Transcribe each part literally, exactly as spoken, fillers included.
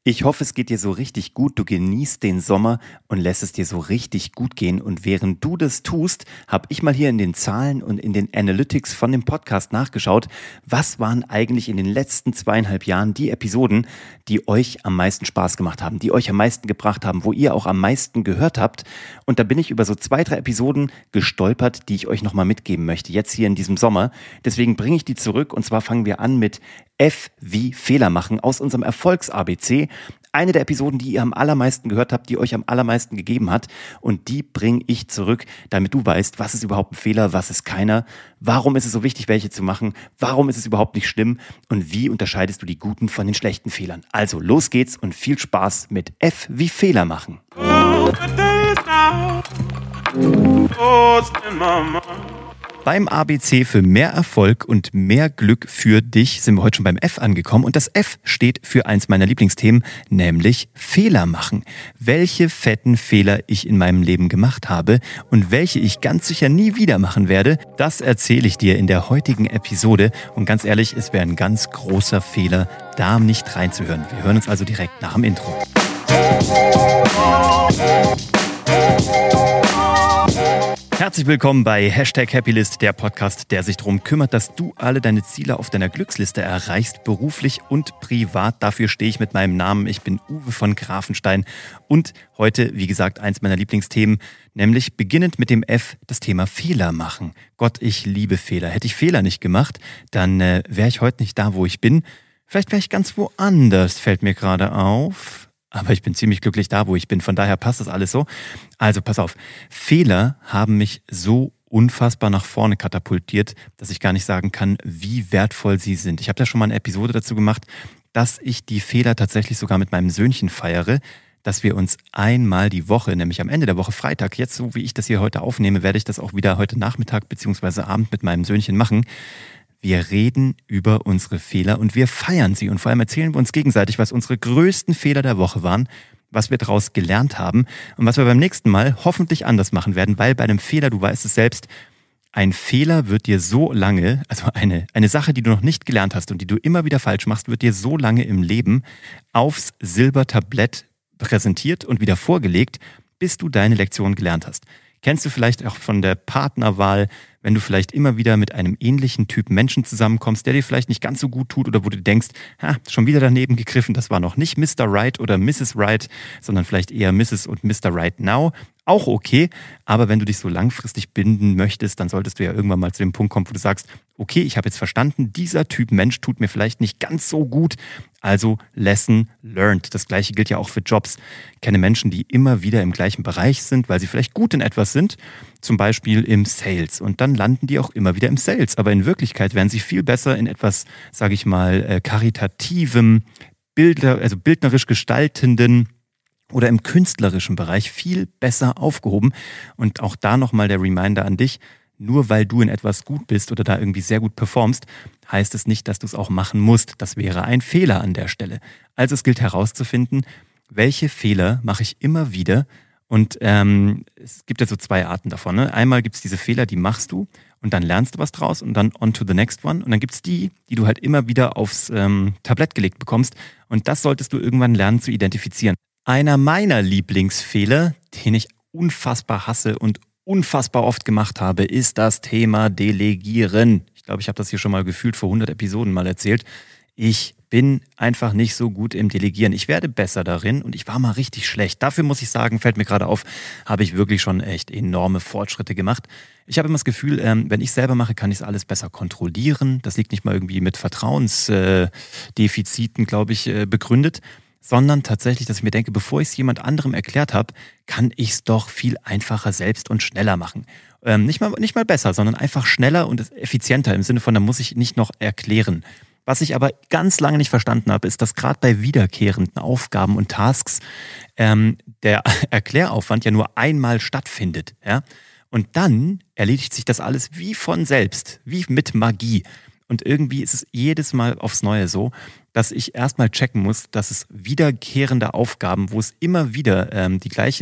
Ich hoffe, es geht dir so richtig gut, du genießt den Sommer und lässt es dir so richtig gut gehen. Und während du das tust, habe ich mal hier in den Zahlen und in den Analytics von dem Podcast nachgeschaut, was waren eigentlich in den letzten zweieinhalb Jahren die Episoden, die euch am meisten Spaß gemacht haben, die euch am meisten gebracht haben, wo ihr auch am meisten gehört habt. Und da bin ich über so zwei, drei Episoden gestolpert, die ich euch nochmal mitgeben möchte, jetzt hier in diesem Sommer. Deswegen bringe ich die zurück und zwar fangen wir an mit F wie Fehler machen aus unserem Erfolgs-A B C. Eine der Episoden, die ihr am allermeisten gehört habt, die euch am allermeisten gegeben hat. Und die bringe ich zurück, damit du weißt, was ist überhaupt ein Fehler, was ist keiner. Warum ist es so wichtig, welche zu machen? Warum ist es überhaupt nicht schlimm? Und wie unterscheidest du die guten von den schlechten Fehlern? Also los geht's und viel Spaß mit F wie Fehler machen. Beim A B C für mehr Erfolg und mehr Glück für dich sind wir heute schon beim F angekommen. Und das F steht für eins meiner Lieblingsthemen, nämlich Fehler machen. Welche fetten Fehler ich in meinem Leben gemacht habe und welche ich ganz sicher nie wieder machen werde, das erzähle ich dir in der heutigen Episode. Und ganz ehrlich, es wäre ein ganz großer Fehler, da nicht reinzuhören. Wir hören uns also direkt nach dem Intro. Herzlich willkommen bei Hashtag Happylist, der Podcast, der sich darum kümmert, dass du alle deine Ziele auf deiner Glücksliste erreichst, beruflich und privat. Dafür stehe ich mit meinem Namen. Ich bin Uwe von Grafenstein und heute, wie gesagt, eins meiner Lieblingsthemen, nämlich beginnend mit dem F, das Thema Fehler machen. Gott, ich liebe Fehler. Hätte ich Fehler nicht gemacht, dann äh, wäre ich heute nicht da, wo ich bin. Vielleicht wäre ich ganz woanders, fällt mir gerade auf. Aber ich bin ziemlich glücklich da, wo ich bin. Von daher passt das alles so. Also pass auf. Fehler haben mich so unfassbar nach vorne katapultiert, dass ich gar nicht sagen kann, wie wertvoll sie sind. Ich habe da schon mal eine Episode dazu gemacht, dass ich die Fehler tatsächlich sogar mit meinem Söhnchen feiere, dass wir uns einmal die Woche, nämlich am Ende der Woche Freitag, jetzt so wie ich das hier heute aufnehme, werde ich das auch wieder heute Nachmittag beziehungsweise Abend mit meinem Söhnchen machen. Wir reden über unsere Fehler und wir feiern sie und vor allem erzählen wir uns gegenseitig, was unsere größten Fehler der Woche waren, was wir daraus gelernt haben und was wir beim nächsten Mal hoffentlich anders machen werden, weil bei einem Fehler, du weißt es selbst, ein Fehler wird dir so lange, also eine, eine Sache, die du noch nicht gelernt hast und die du immer wieder falsch machst, wird dir so lange im Leben aufs Silbertablett präsentiert und wieder vorgelegt, bis du deine Lektion gelernt hast. Kennst du vielleicht auch von der Partnerwahl, wenn du vielleicht immer wieder mit einem ähnlichen Typ Menschen zusammenkommst, der dir vielleicht nicht ganz so gut tut oder wo du denkst, ha, schon wieder daneben gegriffen, das war noch nicht Mister Right oder Misses Right, sondern vielleicht eher Misses und Mister Right Now. Auch okay, aber wenn du dich so langfristig binden möchtest, dann solltest du ja irgendwann mal zu dem Punkt kommen, wo du sagst, okay, ich habe jetzt verstanden, dieser Typ Mensch tut mir vielleicht nicht ganz so gut, also Lesson learned. Das Gleiche gilt ja auch für Jobs. Ich kenne Menschen, die immer wieder im gleichen Bereich sind, weil sie vielleicht gut in etwas sind, zum Beispiel im Sales. Und dann landen die auch immer wieder im Sales. Aber in Wirklichkeit wären sie viel besser in etwas, sage ich mal, karitativem, Bildner, also bildnerisch gestaltenden oder im künstlerischen Bereich viel besser aufgehoben. Und auch da nochmal der Reminder an dich, nur weil du in etwas gut bist oder da irgendwie sehr gut performst, heißt es nicht, dass du es auch machen musst. Das wäre ein Fehler an der Stelle. Also es gilt herauszufinden, welche Fehler mache ich immer wieder. Und ähm, es gibt ja so zwei Arten davon. Ne? Einmal gibt es diese Fehler, die machst du und dann lernst du was draus und dann on to the next one. Und dann gibt es die, die du halt immer wieder aufs ähm, Tablett gelegt bekommst. Und das solltest du irgendwann lernen zu identifizieren. Einer meiner Lieblingsfehler, den ich unfassbar hasse und unfassbar oft gemacht habe, ist das Thema Delegieren. Ich glaube, ich habe das hier schon mal gefühlt vor hundert Episoden mal erzählt. Ich bin einfach nicht so gut im Delegieren. Ich werde besser darin und ich war mal richtig schlecht. Dafür muss ich sagen, fällt mir gerade auf, habe ich wirklich schon echt enorme Fortschritte gemacht. Ich habe immer das Gefühl, wenn ich selber mache, kann ich es alles besser kontrollieren. Das liegt nicht mal irgendwie mit Vertrauensdefiziten, glaube ich, begründet, sondern tatsächlich, dass ich mir denke, bevor ich es jemand anderem erklärt habe, kann ich es doch viel einfacher selbst und schneller machen. Ähm, nicht mal, nicht mal besser, sondern einfach schneller und effizienter im Sinne von, da muss ich nicht noch erklären. Was ich aber ganz lange nicht verstanden habe, ist, dass gerade bei wiederkehrenden Aufgaben und Tasks ähm, der Erkläraufwand ja nur einmal stattfindet. Ja? Und dann erledigt sich das alles wie von selbst, wie mit Magie. Und irgendwie ist es jedes Mal aufs Neue so, dass ich erstmal checken muss, dass es wiederkehrende Aufgaben, wo es immer wieder ähm, die gleiche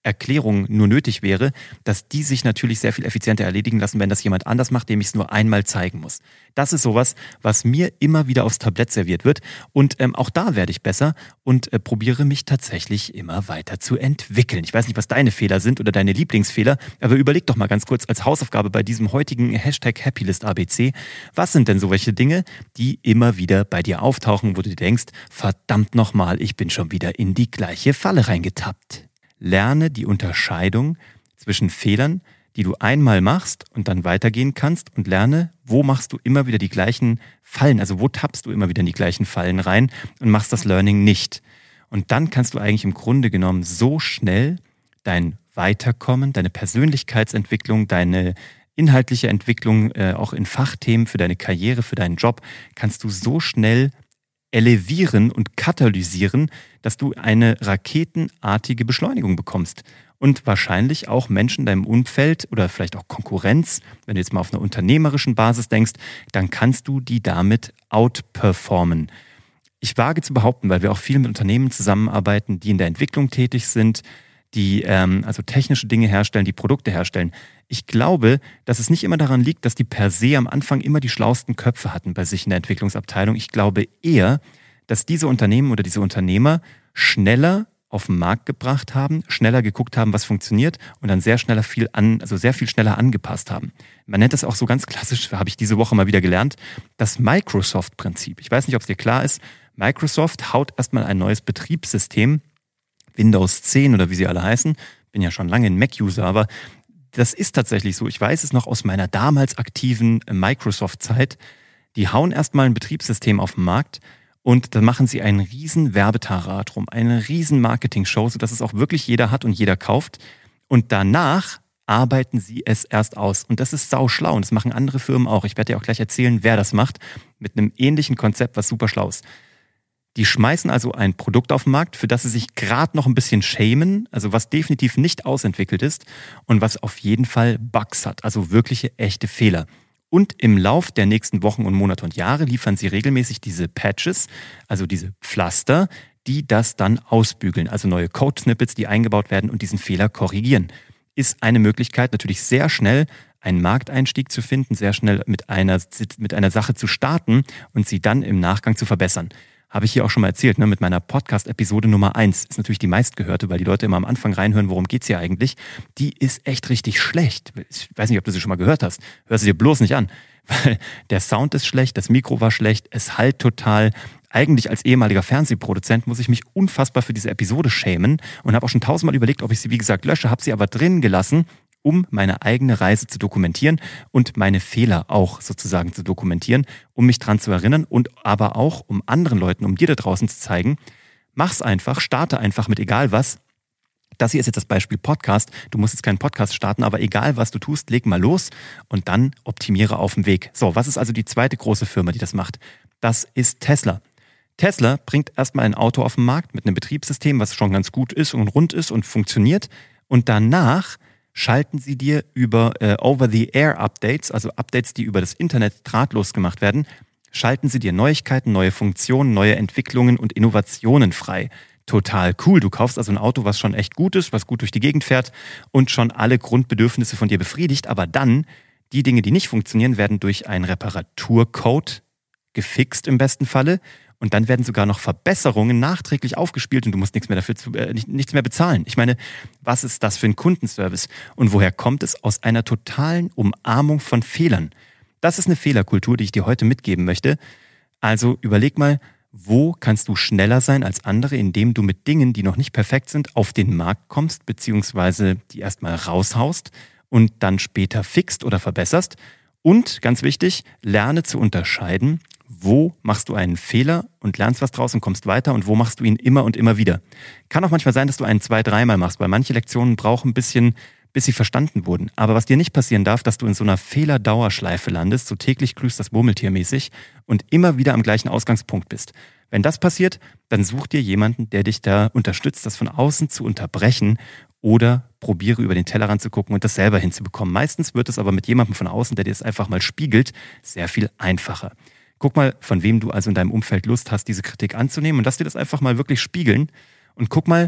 Erklärung nur nötig wäre, dass die sich natürlich sehr viel effizienter erledigen lassen, wenn das jemand anders macht, dem ich es nur einmal zeigen muss. Das ist sowas, was mir immer wieder aufs Tablett serviert wird und ähm, auch da werde ich besser und äh, probiere mich tatsächlich immer weiter zu entwickeln. Ich weiß nicht, was deine Fehler sind oder deine Lieblingsfehler, aber überleg doch mal ganz kurz als Hausaufgabe bei diesem heutigen Hashtag Happylist A B C, was sind denn so welche Dinge, die immer wieder bei dir auftauchen, wo du dir denkst, verdammt nochmal, ich bin schon wieder in die gleiche Falle reingetappt. Lerne die Unterscheidung zwischen Fehlern, die du einmal machst und dann weitergehen kannst und lerne, wo machst du immer wieder die gleichen Fallen, also wo tappst du immer wieder in die gleichen Fallen rein und machst das Learning nicht. Und dann kannst du eigentlich im Grunde genommen so schnell dein Weiterkommen, deine Persönlichkeitsentwicklung, deine inhaltliche Entwicklung, äh, auch in Fachthemen für deine Karriere, für deinen Job, kannst du so schnell elevieren und katalysieren, dass du eine raketenartige Beschleunigung bekommst. Und wahrscheinlich auch Menschen in deinem Umfeld oder vielleicht auch Konkurrenz, wenn du jetzt mal auf einer unternehmerischen Basis denkst, dann kannst du die damit outperformen. Ich wage zu behaupten, weil wir auch viel mit Unternehmen zusammenarbeiten, die in der Entwicklung tätig sind, die ähm, also technische Dinge herstellen, die Produkte herstellen. Ich glaube, dass es nicht immer daran liegt, dass die per se am Anfang immer die schlauesten Köpfe hatten bei sich in der Entwicklungsabteilung. Ich glaube eher, dass diese Unternehmen oder diese Unternehmer schneller auf den Markt gebracht haben, schneller geguckt haben, was funktioniert und dann sehr schneller viel an, also sehr viel schneller angepasst haben. Man nennt das auch so ganz klassisch, habe ich diese Woche mal wieder gelernt, das Microsoft-Prinzip. Ich weiß nicht, ob es dir klar ist. Microsoft haut erstmal ein neues Betriebssystem, Windows zehn oder wie sie alle heißen. Bin ja schon lange ein Mac-User, aber das ist tatsächlich so. Ich weiß es noch aus meiner damals aktiven Microsoft-Zeit. Die hauen erstmal ein Betriebssystem auf den Markt und dann machen sie einen riesen Werbetarat rum, eine riesen Marketing-Show, sodass es auch wirklich jeder hat und jeder kauft. Und danach arbeiten sie es erst aus. Und das ist sauschlau und das machen andere Firmen auch. Ich werde dir auch gleich erzählen, wer das macht, mit einem ähnlichen Konzept, was super schlau ist. Die schmeißen also ein Produkt auf den Markt, für das sie sich gerade noch ein bisschen schämen, also was definitiv nicht ausentwickelt ist und was auf jeden Fall Bugs hat, also wirkliche, echte Fehler. Und im Lauf der nächsten Wochen und Monate und Jahre liefern sie regelmäßig diese Patches, also diese Pflaster, die das dann ausbügeln, also neue Code-Snippets, die eingebaut werden und diesen Fehler korrigieren. Ist eine Möglichkeit, natürlich sehr schnell einen Markteinstieg zu finden, sehr schnell mit einer, mit einer Sache zu starten und sie dann im Nachgang zu verbessern. Habe ich hier auch schon mal erzählt, ne, mit meiner Podcast-Episode Nummer eins. Ist natürlich die meistgehörte, weil die Leute immer am Anfang reinhören, worum geht's hier eigentlich. Die ist echt richtig schlecht. Ich weiß nicht, ob du sie schon mal gehört hast. Hör sie dir bloß nicht an. Weil der Sound ist schlecht, das Mikro war schlecht, es hallt total. Eigentlich als ehemaliger Fernsehproduzent muss ich mich unfassbar für diese Episode schämen und habe auch schon tausendmal überlegt, ob ich sie, wie gesagt, lösche, habe sie aber drin gelassen, um meine eigene Reise zu dokumentieren und meine Fehler auch sozusagen zu dokumentieren, um mich dran zu erinnern und aber auch, um anderen Leuten, um dir da draußen zu zeigen, mach's einfach, starte einfach mit egal was. Das hier ist jetzt das Beispiel Podcast. Du musst jetzt keinen Podcast starten, aber egal was du tust, leg mal los und dann optimiere auf dem Weg. So, was ist also die zweite große Firma, die das macht? Das ist Tesla. Tesla bringt erstmal ein Auto auf den Markt mit einem Betriebssystem, was schon ganz gut ist und rund ist und funktioniert und danach schalten sie dir über äh, Over-the-Air-Updates, also Updates, die über das Internet drahtlos gemacht werden, schalten sie dir Neuigkeiten, neue Funktionen, neue Entwicklungen und Innovationen frei. Total cool. Du kaufst also ein Auto, was schon echt gut ist, was gut durch die Gegend fährt und schon alle Grundbedürfnisse von dir befriedigt, aber dann die Dinge, die nicht funktionieren, werden durch einen Reparaturcode gefixt im besten Falle. Und dann werden sogar noch Verbesserungen nachträglich aufgespielt und du musst nichts mehr dafür zu, äh, nichts mehr bezahlen. Ich meine, was ist das für ein Kundenservice? Und woher kommt es? Aus einer totalen Umarmung von Fehlern. Das ist eine Fehlerkultur, die ich dir heute mitgeben möchte. Also überleg mal, wo kannst du schneller sein als andere, indem du mit Dingen, die noch nicht perfekt sind, auf den Markt kommst, beziehungsweise die erstmal raushaust und dann später fixt oder verbesserst. Und ganz wichtig, lerne zu unterscheiden, wo machst du einen Fehler und lernst was draus und kommst weiter und wo machst du ihn immer und immer wieder. Kann auch manchmal sein, dass du einen zwei-, dreimal machst, weil manche Lektionen brauchen ein bisschen, bis sie verstanden wurden. Aber was dir nicht passieren darf, dass du in so einer Fehlerdauerschleife landest, so täglich grüßt das Murmeltier mäßig und immer wieder am gleichen Ausgangspunkt bist. Wenn das passiert, dann such dir jemanden, der dich da unterstützt, das von außen zu unterbrechen oder probiere über den Tellerrand zu gucken und das selber hinzubekommen. Meistens wird es aber mit jemandem von außen, der dir das einfach mal spiegelt, sehr viel einfacher. Guck mal, von wem du also in deinem Umfeld Lust hast, diese Kritik anzunehmen und lass dir das einfach mal wirklich spiegeln und guck mal,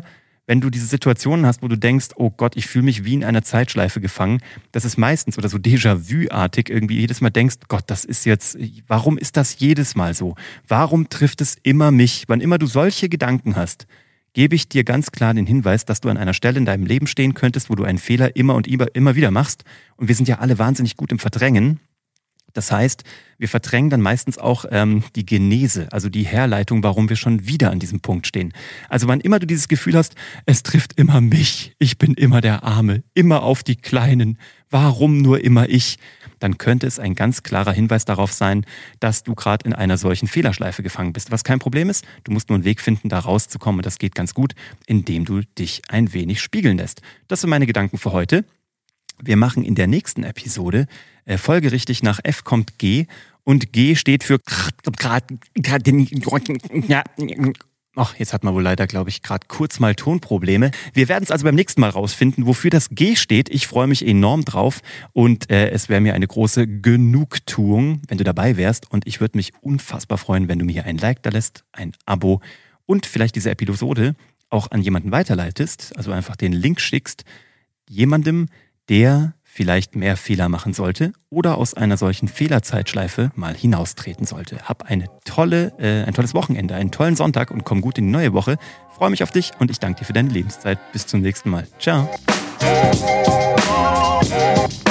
Wenn du diese Situationen hast, wo du denkst, oh Gott, ich fühle mich wie in einer Zeitschleife gefangen, das ist meistens oder so Déjà-vu-artig irgendwie jedes Mal denkst, Gott, das ist jetzt, warum ist das jedes Mal so? Warum trifft es immer mich? Wann immer du solche Gedanken hast, gebe ich dir ganz klar den Hinweis, dass du an einer Stelle in deinem Leben stehen könntest, wo du einen Fehler immer und immer, immer wieder machst. Und wir sind ja alle wahnsinnig gut im Verdrängen. Das heißt, wir verdrängen dann meistens auch ähm, die Genese, also die Herleitung, warum wir schon wieder an diesem Punkt stehen. Also wann immer du dieses Gefühl hast, es trifft immer mich, ich bin immer der Arme, immer auf die Kleinen, warum nur immer ich, dann könnte es ein ganz klarer Hinweis darauf sein, dass du gerade in einer solchen Fehlerschleife gefangen bist. Was kein Problem ist, du musst nur einen Weg finden, da rauszukommen und das geht ganz gut, indem du dich ein wenig spiegeln lässt. Das sind meine Gedanken für heute. Wir machen in der nächsten Episode äh, folgerichtig nach F kommt G und G steht für Ach, jetzt hat man wohl leider, glaube ich, gerade kurz mal Tonprobleme. Wir werden es also beim nächsten Mal rausfinden, wofür das G steht. Ich freue mich enorm drauf und äh, es wäre mir eine große Genugtuung, wenn du dabei wärst und ich würde mich unfassbar freuen, wenn du mir hier ein Like da lässt, ein Abo und vielleicht diese Episode auch an jemanden weiterleitest, also einfach den Link schickst, jemandem, der vielleicht mehr Fehler machen sollte oder aus einer solchen Fehlerzeitschleife mal hinaustreten sollte. Hab eine tolle, äh, ein tolles Wochenende, einen tollen Sonntag und komm gut in die neue Woche. Freue mich auf dich und ich danke dir für deine Lebenszeit. Bis zum nächsten Mal. Ciao.